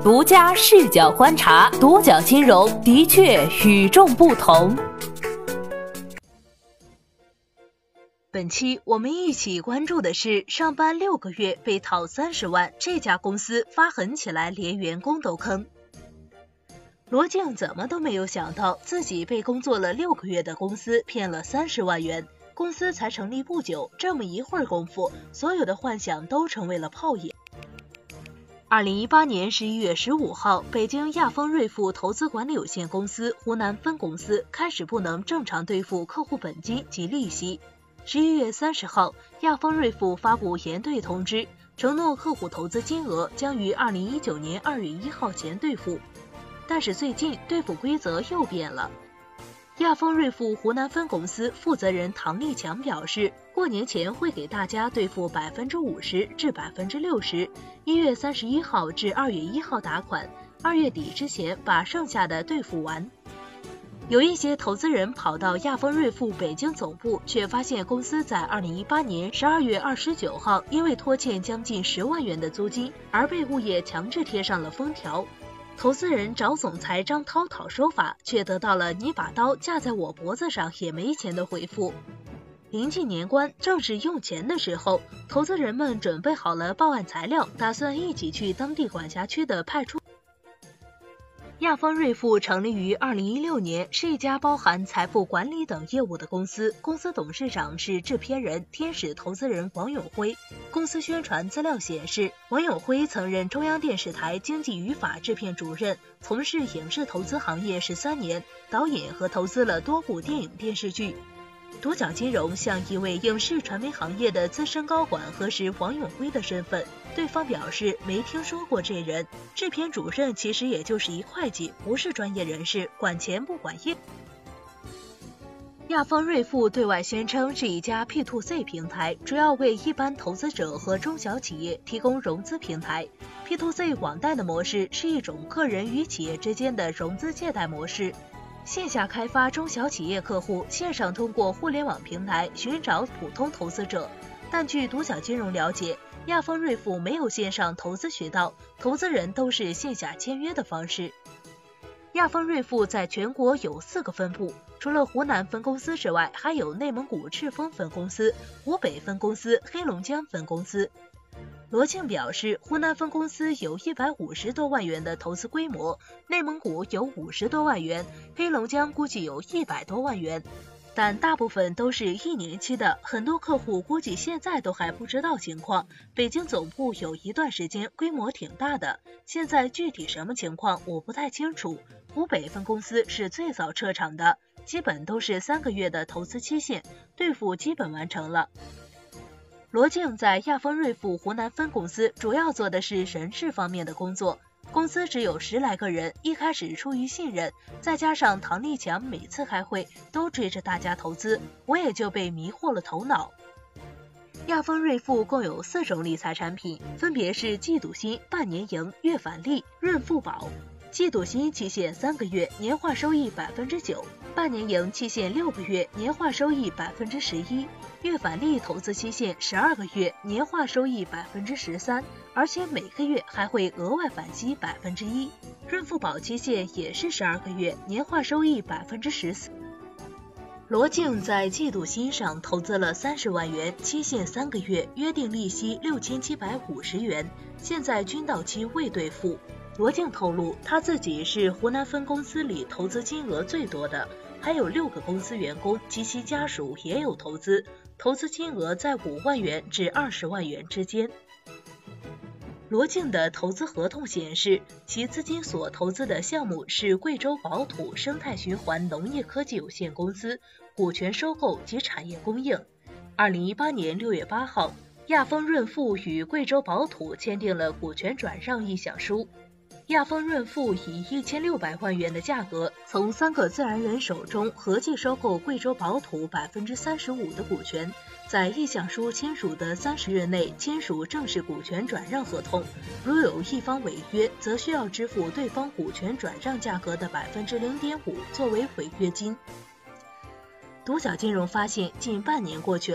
独家视角观察，独角金融的确与众不同。本期我们一起关注的是，上班6个月被套30万，这家公司发狠起来连员工都坑。罗静怎么都没有想到，自己被工作了6个月的公司骗了30万元。公司才成立不久，这么一会儿功夫，所有的幻想都成为了泡影。2018年11月15号，北京亚丰瑞富投资管理有限公司湖南分公司开始不能正常兑付客户本金及利息。11月30号，亚丰瑞富发布延兑通知，承诺客户投资金额将于2019年2月1号前兑付。但是最近兑付规则又变了。亚丰瑞富湖南分公司负责人唐立强表示，过年前会给大家兑付50%至60%，1月31号至2月1号打款，2月底之前把剩下的兑付完。有一些投资人跑到亚丰瑞富北京总部，却发现公司在2018年12月29号因为拖欠将近10万元的租金，而被物业强制贴上了封条。投资人找总裁张涛讨说法，却得到了你把刀架在我脖子上也没钱的回复。临近年关，正是用钱的时候，投资人们准备好了报案材料，打算一起去当地管辖区的派出所。亚丰瑞富成立于2016年，是一家包含财富管理等业务的公司，公司董事长是制片人、天使投资人王永辉。公司宣传资料显示，王永辉曾任中央电视台经济与法制片主任，从事影视投资行业13年，导演和投资了多部电影电视剧。独角金融向一位影视传媒行业的资深高管核实王永辉的身份，对方表示没听说过这人，制片主任其实也就是一会计，不是专业人士，管钱不管业。亚丰瑞富对外宣称是一家 P2C 平台，主要为一般投资者和中小企业提供融资平台。P2C 网贷的模式是一种个人与企业之间的融资借贷模式。线下开发中小企业客户，线上通过互联网平台寻找普通投资者。但据独角金融了解，亚丰瑞富没有线上投资渠道，投资人都是线下签约的方式。亚丰瑞富在全国有4个分部，除了湖南分公司之外，还有内蒙古赤峰分公司、湖北分公司、黑龙江分公司。罗庆表示，湖南分公司有150多万元的投资规模，内蒙古有50多万元，黑龙江估计有100多万元，但大部分都是1年期的，很多客户估计现在都还不知道情况。北京总部有一段时间规模挺大的，现在具体什么情况我不太清楚。湖北分公司是最早撤场的，基本都是3个月的投资期限，兑付基本完成了。罗静在亚丰瑞富湖南分公司主要做的是人事方面的工作，公司只有10来个人，一开始出于信任，再加上唐立强每次开会都追着大家投资，我也就被迷惑了头脑。亚丰瑞富共有4种理财产品，分别是季度薪、半年盈、月返利、润付宝。季度薪期限3个月，年化收益9%；半年盈期限6个月，年化收益11%；月返利投资期限12个月，年化收益13%，而且每个月还会额外返息1%。润付宝期限也是12个月，年化收益14%。罗静在季度薪上投资了30万元，期限3个月，约定利息6750元，现在均到期未兑付。罗静透露，他自己是湖南分公司里投资金额最多的，还有6个公司员工及其家属也有投资，投资金额在5万元至20万元之间。罗静的投资合同显示，其资金所投资的项目是贵州宝土生态循环农业科技有限公司股权收购及产业供应。2018年6月8号，亚丰润富与贵州宝土签订了股权转让意向书。亚丰润富以1600万元的价格，从3个自然人手中合计收购贵州宝土35%的股权，在意向书签署的30日内签署正式股权转让合同，如有一方违约，则需要支付对方股权转让价格的0.5%作为违约金。独角金融发现，近半年过去了，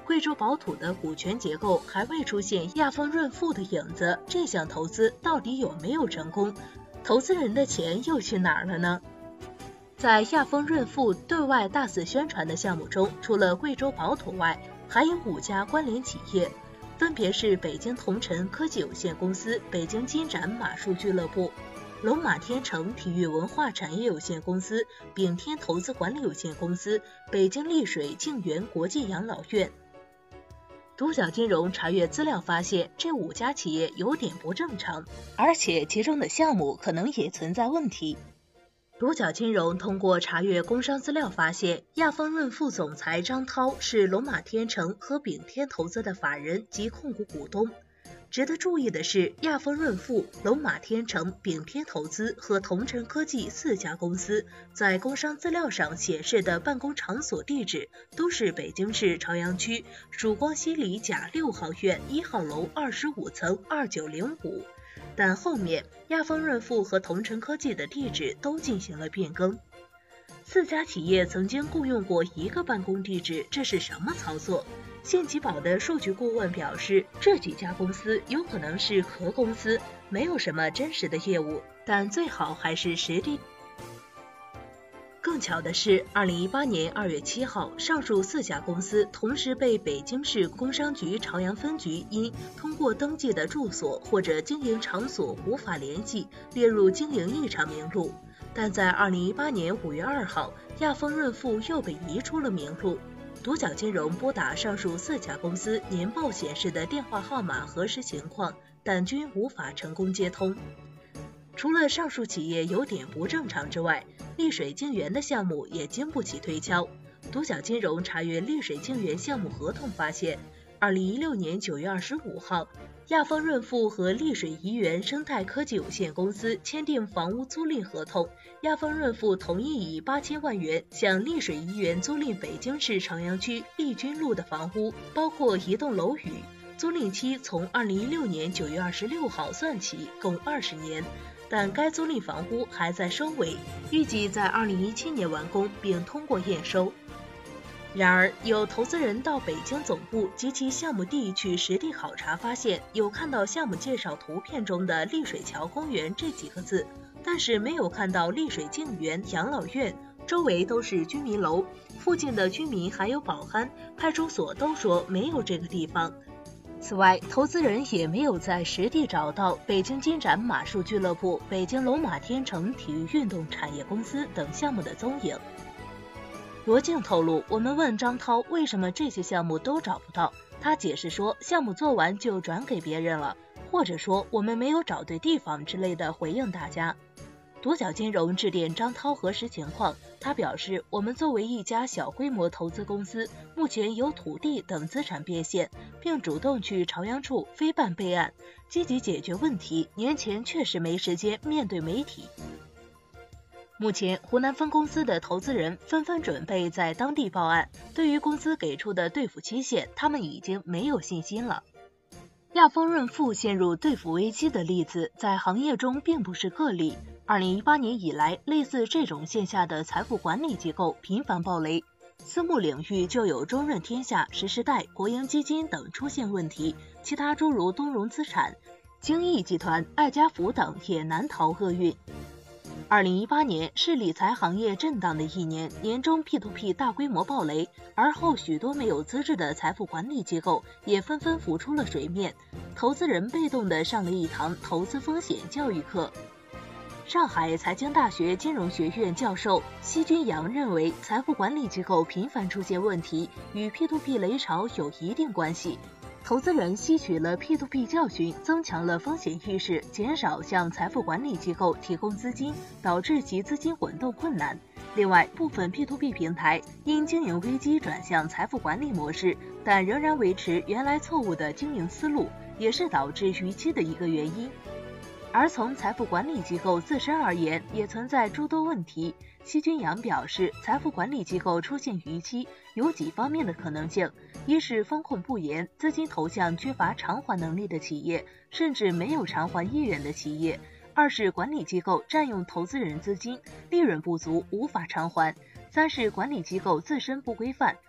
贵州宝土的股权结构还未出现亚丰润富的影子，这项投资到底有没有成功？投资人的钱又去哪儿了呢？在亚丰润富对外大肆宣传的项目中，除了贵州宝土外，还有5家关联企业，分别是北京同辰科技有限公司、北京金展马术俱乐部、龙马天成体育文化产业有限公司、丙天投资管理有限公司、北京丽水静园国际养老院。独角金融查阅资料发现，这5家企业有点不正常，而且其中的项目可能也存在问题。独角金融通过查阅工商资料发现，亚丰润富总裁张涛是龙马天成和丙天投资的法人及控股股东。值得注意的是，亚丰润富、龙马天成、丙天投资和同辰科技4家公司在工商资料上显示的办公场所地址都是北京市朝阳区曙光西里甲6号院1号楼25层2905。但后面亚丰润富和同辰科技的地址都进行了变更。4家企业曾经共用过一个办公地址，这是什么操作？信奇宝的数据顾问表示，这几家公司有可能是壳公司，没有什么真实的业务，但最好还是实地。更巧的是，2018年2月7号，上述4家公司同时被北京市工商局朝阳分局因通过登记的住所或者经营场所无法联系，列入经营异常名录。但在2018年5月2号，亚丰润富又被移出了名录。独角金融拨打上述4家公司年报显示的电话号码核实情况，但均无法成功接通。除了上述企业有点不正常之外，丽水静园的项目也经不起推敲。独角金融查阅丽水静园项目合同发现，2016年9月25号，亚丰润富和丽水怡园生态科技有限公司签订房屋租赁合同，亚丰润富同意以8000万元向丽水怡园租赁北京市朝阳区丽君路的房屋，包括一栋楼宇，租赁期从2016年9月26号算起，共20年。但该租赁房屋还在收尾，预计在2017年完工并通过验收。然而，有投资人到北京总部及其项目地去实地考察，发现有看到项目介绍图片中的丽水桥公园这几个字，但是没有看到丽水静园养老院，周围都是居民楼，附近的居民还有保安、派出所都说没有这个地方。此外，投资人也没有在实地找到北京金展马术俱乐部、北京龙马天成体育运动产业公司等项目的踪影。罗静透露，我们问张涛为什么这些项目都找不到，他解释说项目做完就转给别人了，或者说我们没有找对地方之类的回应大家。独角金融致电张涛核实情况，他表示，我们作为一家小规模投资公司，目前有土地等资产变现，并主动去朝阳处非办备案，积极解决问题，年前确实没时间面对媒体。目前湖南分公司的投资人纷纷准备在当地报案，对于公司给出的兑付期限，他们已经没有信心了。亚丰润富陷入兑付危机的例子在行业中并不是个例。2018年以来，类似这种线下的财富管理机构频繁爆雷，私募领域就有中润天下、时时代、国营基金等出现问题，其他诸如东荣资产、京益集团、爱家福等也难逃厄运。2018年是理财行业震荡的一年，年中 P2P 大规模爆雷，而后许多没有资质的财富管理机构也纷纷浮出了水面，投资人被动地上了一堂投资风险教育课。上海财经大学金融学院教授奚君阳认为，财富管理机构频繁出现问题与 P2P 雷潮有一定关系。投资人吸取了 P2P 教训，增强了风险意识，减少向财富管理机构提供资金，导致其资金滚动困难。另外，部分 P2P 平台因经营危机转向财富管理模式，但仍然维持原来错误的经营思路，也是导致逾期的一个原因。而从财富管理机构自身而言，也存在诸多问题。奚君阳表示，财富管理机构出现逾期有几方面的可能性：一是风控不严，资金投向缺乏偿还能力的企业，甚至没有偿还意愿的企业；二是管理机构占用投资人资金，利润不足，无法偿还；三是管理机构自身不规范，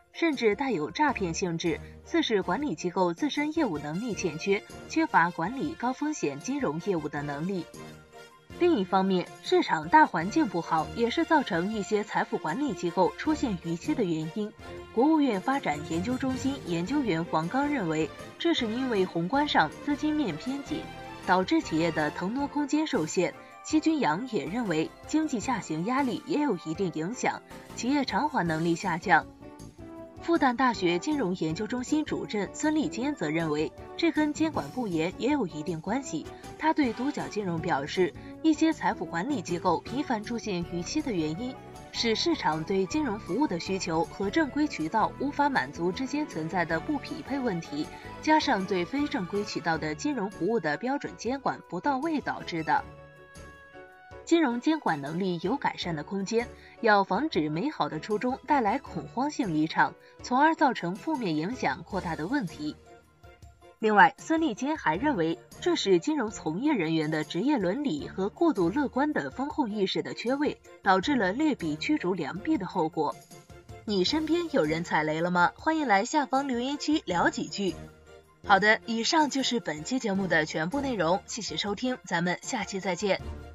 甚至带有诈骗性质，自是管理机构自身业务能力欠缺，缺乏管理高风险金融业务的能力。另一方面，市场大环境不好，也是造成一些财富管理机构出现逾期的原因。国务院发展研究中心研究员黄刚认为，这是因为宏观上资金面偏紧，导致企业的腾挪空间受限。奚军阳也认为，经济下行压力也有一定影响，企业偿还能力下降。复旦大学金融研究中心主任孙立坚则认为，这跟监管不严也有一定关系。他对独角金融表示，一些财富管理机构频繁出现逾期的原因，是市场对金融服务的需求和正规渠道无法满足之间存在的不匹配问题，加上对非正规渠道的金融服务的标准监管不到位导致的。金融监管能力有改善的空间，要防止美好的初衷带来恐慌性离场，从而造成负面影响扩大的问题。另外，孙立坚还认为，这是金融从业人员的职业伦理和过度乐观的风控意识的缺位，导致了劣币驱逐良币的后果。你身边有人踩雷了吗？欢迎来下方留言区聊几句。好的，以上就是本期节目的全部内容，谢谢收听，咱们下期再见。